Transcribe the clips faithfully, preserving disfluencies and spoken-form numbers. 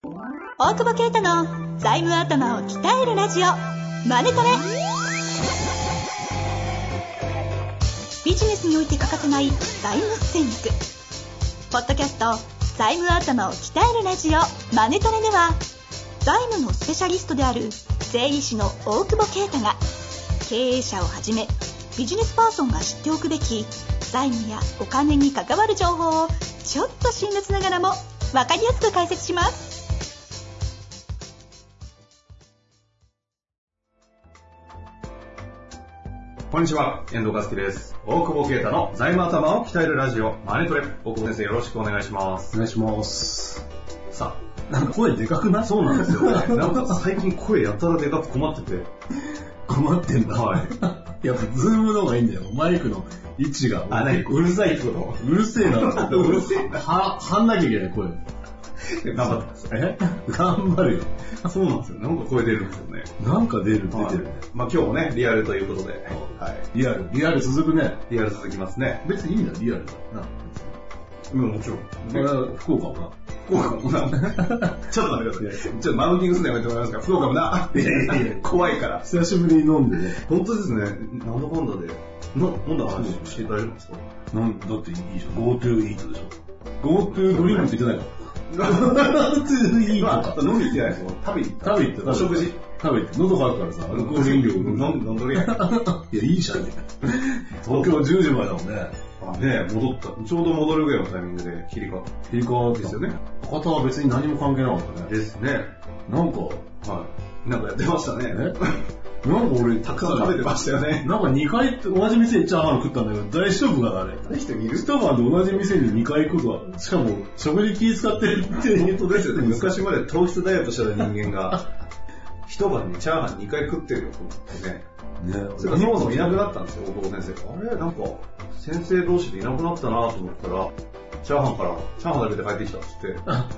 大久保啓太の財務頭を鍛えるラジオマネトレ。ビジネスにおいて欠かせない財務戦略。ポッドキャスト財務頭を鍛えるラジオマネトレでは、財務のスペシャリストである税理士の大久保啓太が、経営者をはじめビジネスパーソンが知っておくべき財務やお金に関わる情報をちょっと辛辣ながらも分かりやすく解説します。 こんにちは、遠藤和樹です。大久保啓太の財務頭を鍛えるラジオマネトレ。大久保先生、よろしくお願いします。 お願いします。 さあ、なんか声でかくない？ そうなんですよね。なんか最近声やたらでかく困ってて。 困ってんだ。 はい。 やっぱズームの方がいいんだよ。マイクの位置が。 あ、ね、うるさいってこと？ うるせえな。 うるせえな。 は、はんなきゃいけない声。 頑張ってます。 え頑張るよ。 そうなんですよ。なんか声出るんですよね。 なんか出る、出てるね。 まあ今日もね、リアルということで。 はい。リアル、リアル続くね。 リアル続きますね。 別にいいんだ、リアルだ。な。 うん、もちろん。 これは福岡もな。 福岡もな。ちょっと待ってください。ちょっとマウンティングするのやめてもらえますか？福岡もな。いやいやいや、怖いから。 久しぶりに飲んでね。 本当ですね。なんだかんだで。な、飲んだ話して大丈夫ですか？ なんだっていいじゃん。GoTo イートでしょ。GoTo ドリンクって言ってないの GoTo イート。飲み行ってないですよ。食べに行った。 食べに行った。 お食事。 食べて、喉乾くからさ、アルコール飲料飲んで。 飲んどるやん。いや、 いいじゃんね。東京じゅうじまでだもんね。 あ、ね戻った。ちょうど戻るぐらいのタイミングで切り替わった。 切り替わった。 ですよね。 博多は別に何も関係なかったね。 ですね。 なんか、 はい。なんかやってましたね。 えなんか俺、 たくさん食べてましたよね。 なんかにかい同じ店にチャーハン食ったんだけど、大丈夫かなあれ。 何人いる？ 一晩で同じ店ににかい行くことは、しかも食事気使ってるっていうことですよね。 昔まで糖質ダイエットしてた人間が、一晩にチャーハンにかい食ってるよと思ってね。ね、それそもそもいなくなったんですよ、大久保先生。あれなんか、先生同士でいなくなったなと思ったら、チャーハンから、チャーハンだけで帰ってきたっつって。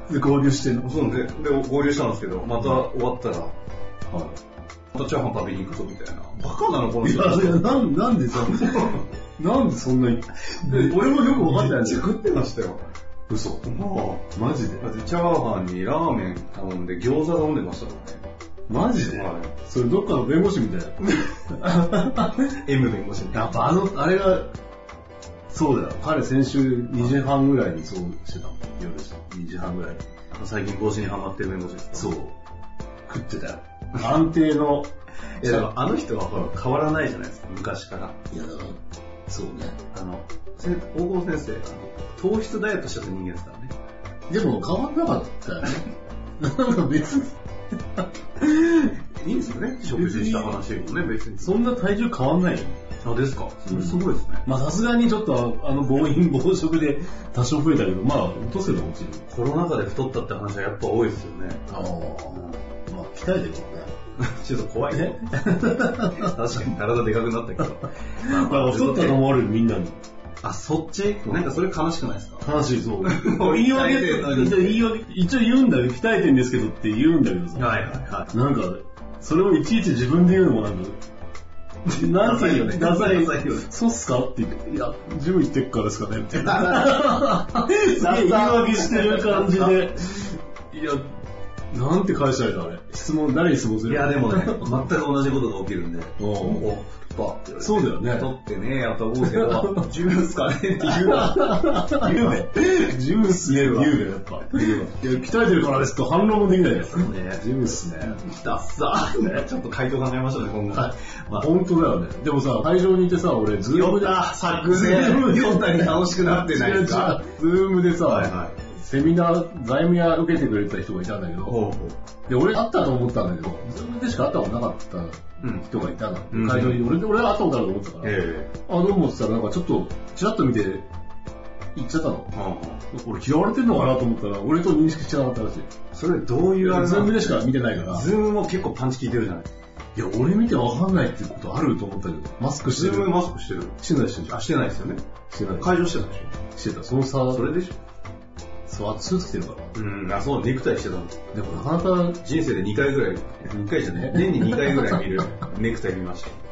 で、合流してんの？ そうで、で、合流したんですけど、また終わったら、はい。またチャーハン食べに行くぞみたいな。バカなのこの人。 いや、いや、なん、なんでさ、なんでそんなに。俺もよくわかんないんですよ。 食ってましたよ。 嘘。マジで。 だってチャーハンにラーメン頼んで餃子頼んでましたもんね。 マジで？はい。それどっかの弁護士みたいな。 M 弁護士みたいな。 やっぱあの、あれが、そうだよ。彼先週にじはんぐらいにそうしてたもん。夜にじはんぐらいに。 最近帽子にハマってる弁護士ですか？ そう。食ってたよ。安定の。 いやでもあの人はほら変わらないじゃないですか、昔から。 いやだから、そうね。あの、 大久保先生、あの糖質ダイエットしてた人間ですからね。 でも変わんなかったよね。なんか別に。 いいんですよね、食事した話もね、別に。 そんな体重変わんないよ。 あ、ですか？それすごいですね。 まあさすがにちょっとあの暴飲暴食で多少増えたけど、まあ落とせば落ちる。 コロナ禍で太ったって話はやっぱ多いですよね。 ああ、まあ鍛えてるからね。 ちょっと怖いね。確かに体でかくなったけど。 まあ太ったと思われるみんなに。 あ、そっち？なんかそれ悲しくないですか？ 悲しい、そう。言い訳って、言い訳、一応言うんだよ、鍛えてんですけどって言うんだけどさ。 はいはいはい。 なんか、それをいちいち自分で言うのもなんか、 ダサいよね。 ダサいよね。そうっすかって言って、いや、ジム行ってっからですかねみたいな。すげえ言い訳してる感じで、いや、なんて返したらいいのあれ。質問、誰に質問する？ いやでもね、全く同じことが起きるんで。おそうだよね。 太ってねえやと思うけど、ジュースかねって言うな。 言うね。ジュース言うわ。言うね、やっぱ。言うわ。いや、鍛えてるからですと反論もできないじゃないですか。 ね。 ジュースね。 ダッサーね。ちょっと回答考えましょうね、今後。 はい。まあ、本当だよね。でもさ、会場にいてさ、俺、ズームで。 作戦。ヨタに楽しくなってないですか？ ズームでさ、 はいはい。 セミナー、財務屋受けてくれた人がいたんだけど、ほうほうで、俺会ったと思ったんだけど、ズームでしか会ったことなかった人がいたの。うん、会場に、俺、俺は会ったことあると思ってたから、えー、あ、どうもって言ったら、なんかちょっと、ちらっと見て、行っちゃったの。うん、俺嫌われてんのかなと思ったら、俺と認識してなかったらしい。 それどういうあれ？ ズームでしか見てないから。 ズームも結構パンチ効いてるじゃない？ いや、俺見てわかんないっていうことあると思ったけど、マスクしてる。 ズームマスクしてる？ してないしてる。 あ、してないですよね。 してない。 会場してたでしょ？してた。その差。 それでしょ？ そう、あとスーツ着てるから。 うん、あ、そう、ネクタイしてたの。 でもなかなか人生でにかいぐらい、にかいじゃね、年ににかいぐらい見るネクタイ見ました。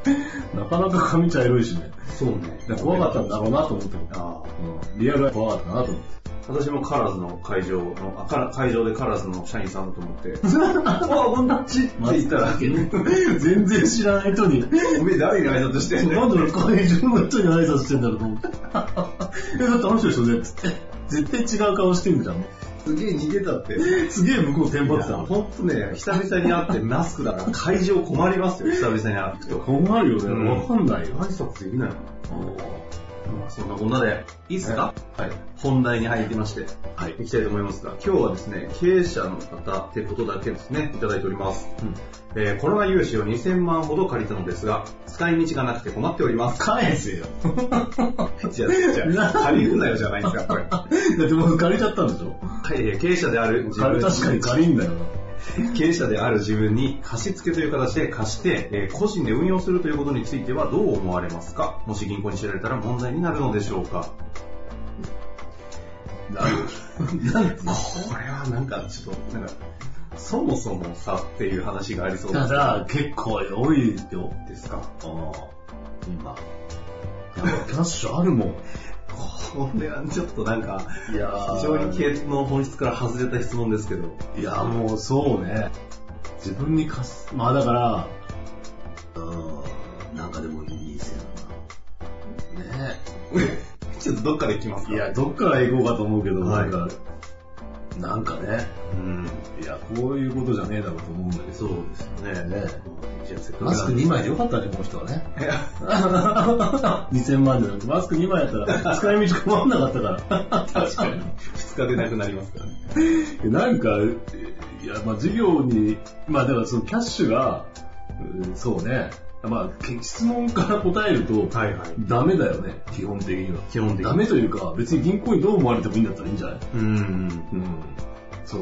なかなか髪茶色いしね。 そうね。 怖かったんだろうなと思っても。あ、うん、リアルは怖かったなと思って。 私もカラーズの会場の、あ、会場でカラーズの社員さんだと思って、あ、こんちって言ったら、 全然知らない人に、 おめえ誰に挨拶してんの？ なんで会場の人に挨拶してんだろうと思って。え、だってあの人でしょねっつって。絶対違う顔してんじゃん。 すげえ逃げたって。 すげえ向こうテンパってたの。 ほんとね、久々に会ってマスクだから会場困りますよ、久々に会うと。 困るよね、うん、わかんないよ。 挨拶できないの。まあ、そんなこんなでいいっすか？はい。本題に入りまして、はい。いきたいと思いますが、今日はですね、経営者の方ってことだけですね、いただいております。うん。えー、コロナ融資をにせんまんほど借りたのですが、使い道がなくて困っております。 返せよ。 じゃあ、じゃあ、借りるなよじゃないんですか、これ。だってもう借りちゃったんでしょ？ はい、経営者である自分。確かに借りんだよな。 経営者である自分に貸付という形で貸して、えー、個人で運用するということについてはどう思われますか？もし銀行に知られたら問題になるのでしょうか？なるこれはなんかちょっとなんかそもそもさっていう話がありそうです。 ただ結構多いよですか？ああ、 今やっぱキャッシュあるもん。 これはちょっとなんかいや非常に経営の本質から外れた質問ですけど、 いやもうそうね、自分に貸す、まあだからうーん、なんかでもいいですよね。 ちょっとどっから行きますか？ いやどっから行こうかと思うけど、はい、なんかなんかね、うん、いやこういうことじゃねえだろうと思うんだけど。 そうですよね。ね、 じゃあせっかくマスクにまいでよかったね、この人はね。にせんまんじゃなくてマスクにまいやったら使い道困んなかったから。 確かにふつかでなくなりますからね。 なんかいやまあ事業にまあだからそのキャッシュが、うん、そうね。まあ、質問から答えると、はいはい、ダメだよね、基本的には。 基本的に。 ダメというか、別に銀行にどう思われてもいいんだったらいいんじゃない？うんうん。うん。そう、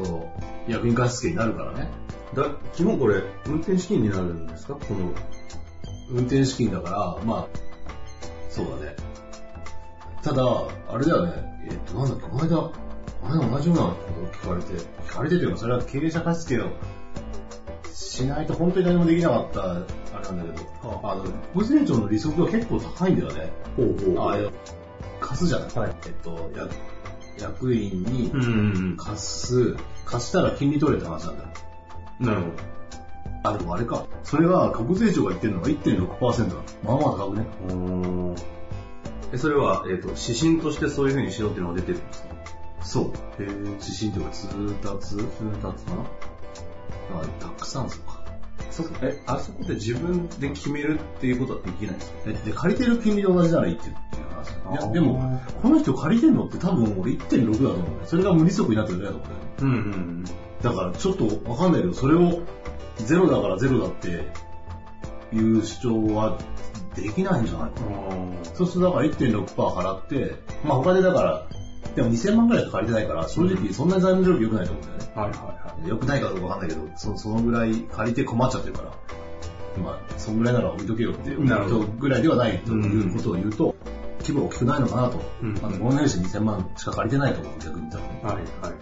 役員貸付になるからね。 だ、基本これ、運転資金になるんですか？この。 運転資金だから、まあ、そうだね。ただ、あれだよね、えっと、なんだっけ、この間、この間同じようなことを聞かれて、聞かれてというか、それは経営者貸付をしないと本当に何もできなかったあれなんだけど、あの副店長の利息が結構高いんだよね。ほうほう。あ、貸すじゃない。はい、えっとや役員に貸す、うんうん、貸したら金利取れって話なんだよ。 なるほど。 あ、でもあれか。それは国税庁が言ってるのが いってんろくパーセント だ。まあまあ高くね。 おー。え、それはえっと指針としてそういう風にしようっていうのが出てるんですか？ そう。へー。指針というか通達通達かな。あ、たくさんそうか。 そえ、あそこで自分で決めるっていうことはできないんですか？ え、で、借りてる金利と同じならいいっていう話。いや、でも、この人借りてんのって多分俺 いってんろく だと思うね。それが無利息になってるぐらいだと思うんだよね。うんうんうん。だからちょっとわかんないけど、それをゼロだからゼロだっていう主張はできないんじゃないかな。そうするとだから いってんろくパーセント 払って、まあ他でだから、でもにせんまんぐらいしか借りてないから、正直そんなに財務状況良くないと思うんだよね。はいはいはい。良くないかどうかわかんないけど、そ, そのぐらい借りて困っちゃってるから、まあ、そのぐらいなら置いとけよっていうぐらいではないということを言うと、規模が大きくないのかなと。うん、あの、この年収にせんまんしか借りてないと思う、逆に言ったらね。はいはい。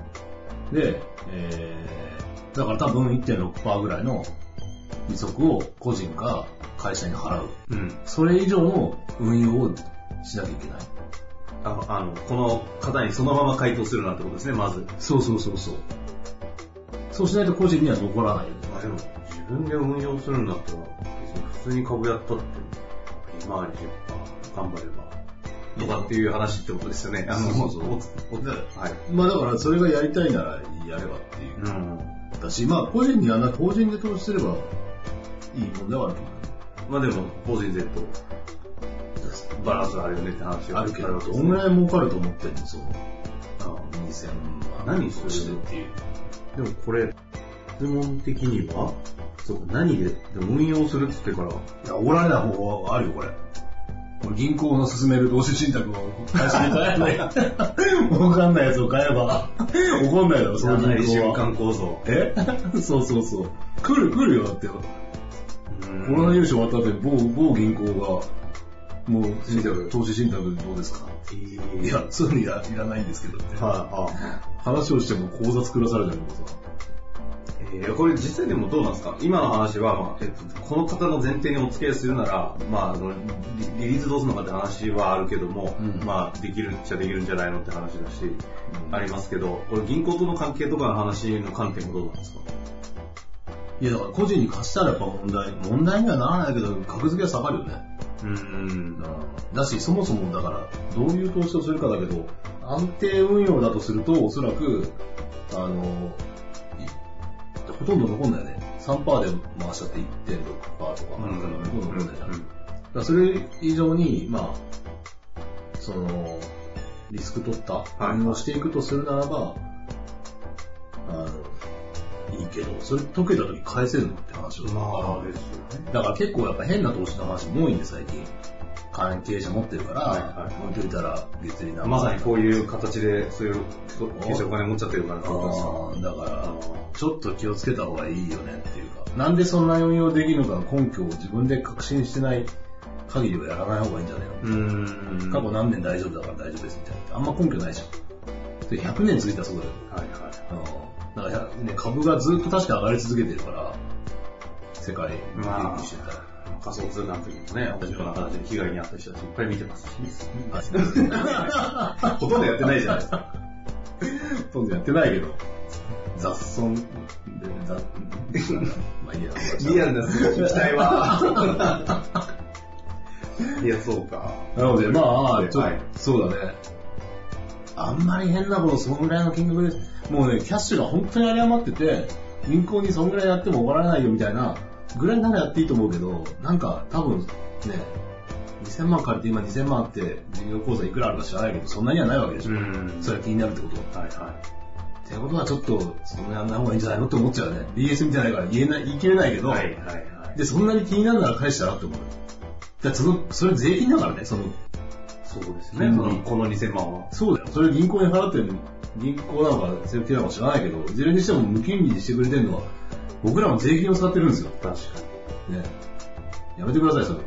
で、えー、だから多分 いってんろくパーセント ぐらいの利息を個人が会社に払う。うん。それ以上の運用をしなきゃいけない。 あ, あのこの方にそのまま回答するなってことですね、まず。 そうそうそうそう。そうしないと個人には残らないよね。 まあでも自分で運用するんだったら普通に株やったって利回りじゅっパーセント頑張ればとかっていう話ってことですよね。あのそうそう。 はい。まあだからそれがやりたいならやればっていう。うん。だし、まあ個人にやらなくて法人で投資すればいいもんではあると思う。 まあでも法人税とバランスあるよねって話があるけど、どんぐらい儲かると思ってんの？そう。あ、にせんまん。 何するっていう。でもこれ、質問的には、そう何で、でも運用するって言ってから。いや、おごられない方法あるよ、これ。これ銀行の勧める投資信託を会社に買えない。儲かんないやつを買えば、怒んないだろ、 その銀行は。循環構造。 えそうそうそう。来る、来るよ、だって。コロナ融資終わった後に某、某銀行が、もう投資信託どうですか？えー、いや、そういうのい ら, いらないんですけどって、はあはあ、話をしても口座作らされたりとかさ、 えー、これ実際でもどうなんですか？今の話は、まあえっと、この方の前提にお付き合いするなら、まあ、あのリリースどうするのかって話はあるけども、うん、まあ、できるっちゃできるんじゃないのって話だし、うん、ありますけど、これ銀行との関係とかの話の観点もどうなんですか？ いや、だから個人に貸したらやっぱ問題、問題にはならないけど、格付けは下がるよね。うん。だし、そもそもだから、どういう投資をするかだけど、安定運用だとすると、おそらく、あの、ほとんど残んないよね。さんパーセント で回しちゃって いってんろくパーセント とか、ほとんど残んないじゃん。うんうん、だからそれ以上に、まあ、その、リスク取った運用をしていくとするならば、あの、いいけど、それ解けた時返せるのって話を。まあ、ですよね。だから結構やっぱ変な投資の話も多いんで、最近。関係者持ってるから、はいはい、置いといたら別になまさにこういう形で、そういう経営者お金持っちゃってるからってことですか。だから、ちょっと気をつけた方がいいよねっていうか、なんでそんな運用できるのかの根拠を自分で確信してない限りはやらない方がいいんじゃないの？うーん。過去何年大丈夫だから大丈夫ですみたいな。あんま根拠ないじゃん。でひゃくねん続いたらそうだよ。はいはい。だから、ね、株がずっと確か上がり続けてるから、世界研究してたら。 仮想通貨の時もね、同じような形で被害に遭った人たちいっぱい見てますし。ほとんどやってないじゃないですか。 ほとんどやってないけど、雑損で、雑、まあいいや。 リアルな数字聞きたいわ。いや、そうか。 なので、まあ、ちょっと、はい、そうだね。あんまり変なこと、そのぐらいの金額で、もうね、キャッシュが本当に有り余ってて、銀行にそのぐらいやっても怒られないよみたいな、ぐらいならやっていいと思うけど、なんか多分ね、にせんまん借りて今にせんまんあって、事業口座いくらあるか知らないけど、そんなにはないわけでしょ。うん、それは気になるってこと。はいはい。ってことはちょっと、そんなやんない方がいいんじゃないのって思っちゃうね。ビーエス みたいなから言えない、言い切れないけど、はいはいはい。で、そんなに気になるなら返したらって思う。だってその、それ税金だからね、その、 そうですね。そのこのにせんまんは。 そうだよ。それ銀行に払ってる、銀行なのか、セーフティーなのか知らないけど、いずれにしても無金利にしてくれてるのは、僕らも税金を使ってるんですよ。 確かに。ね。 やめてください、それ。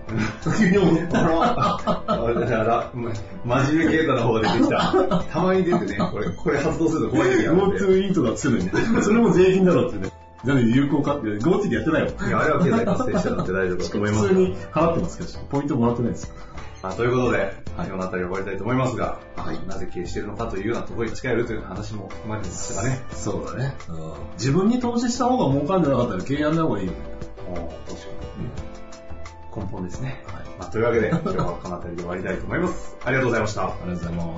あら、だから、真面目系統の方が出てきた。たまに出てね、これ、これ発動すると怖い時あるんで。 GoTo イートがつるんで、それも税金だろうってね。なんで有効かって、GoTo でやってないよ。 いや、あれは経済活性してたって大丈夫だと思います。 普通に払ってますけど、ポイントもらってないです。 あということで、はい、この辺り終わりたいと思いますが、はい、なぜ経営しているのかというようなところに近寄るという話も含まれてましたかね。 そうだね、うん。自分に投資した方が儲かるんじゃなかったら経営やんない方がいいよね。 確かに、うん。根本ですね。はいまあ、というわけで、今日はこの辺りで終わりたいと思います。ありがとうございました。 ありがとうございます。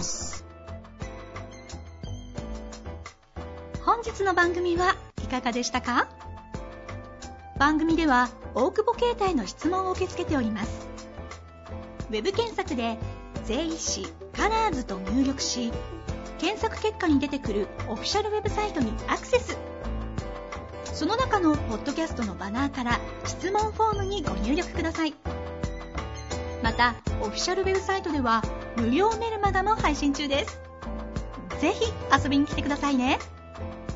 本日の番組はいかがでしたか？番組では大久保携帯の質問を受け付けております。ウェブ検索で税理士カラーズと入力し、検索結果に出てくるオフィシャルウェブサイトにアクセス。その中のポッドキャストのバナーから質問フォームにご入力ください。またオフィシャルウェブサイトでは無料メルマガも配信中です。ぜひ遊びに来てくださいね。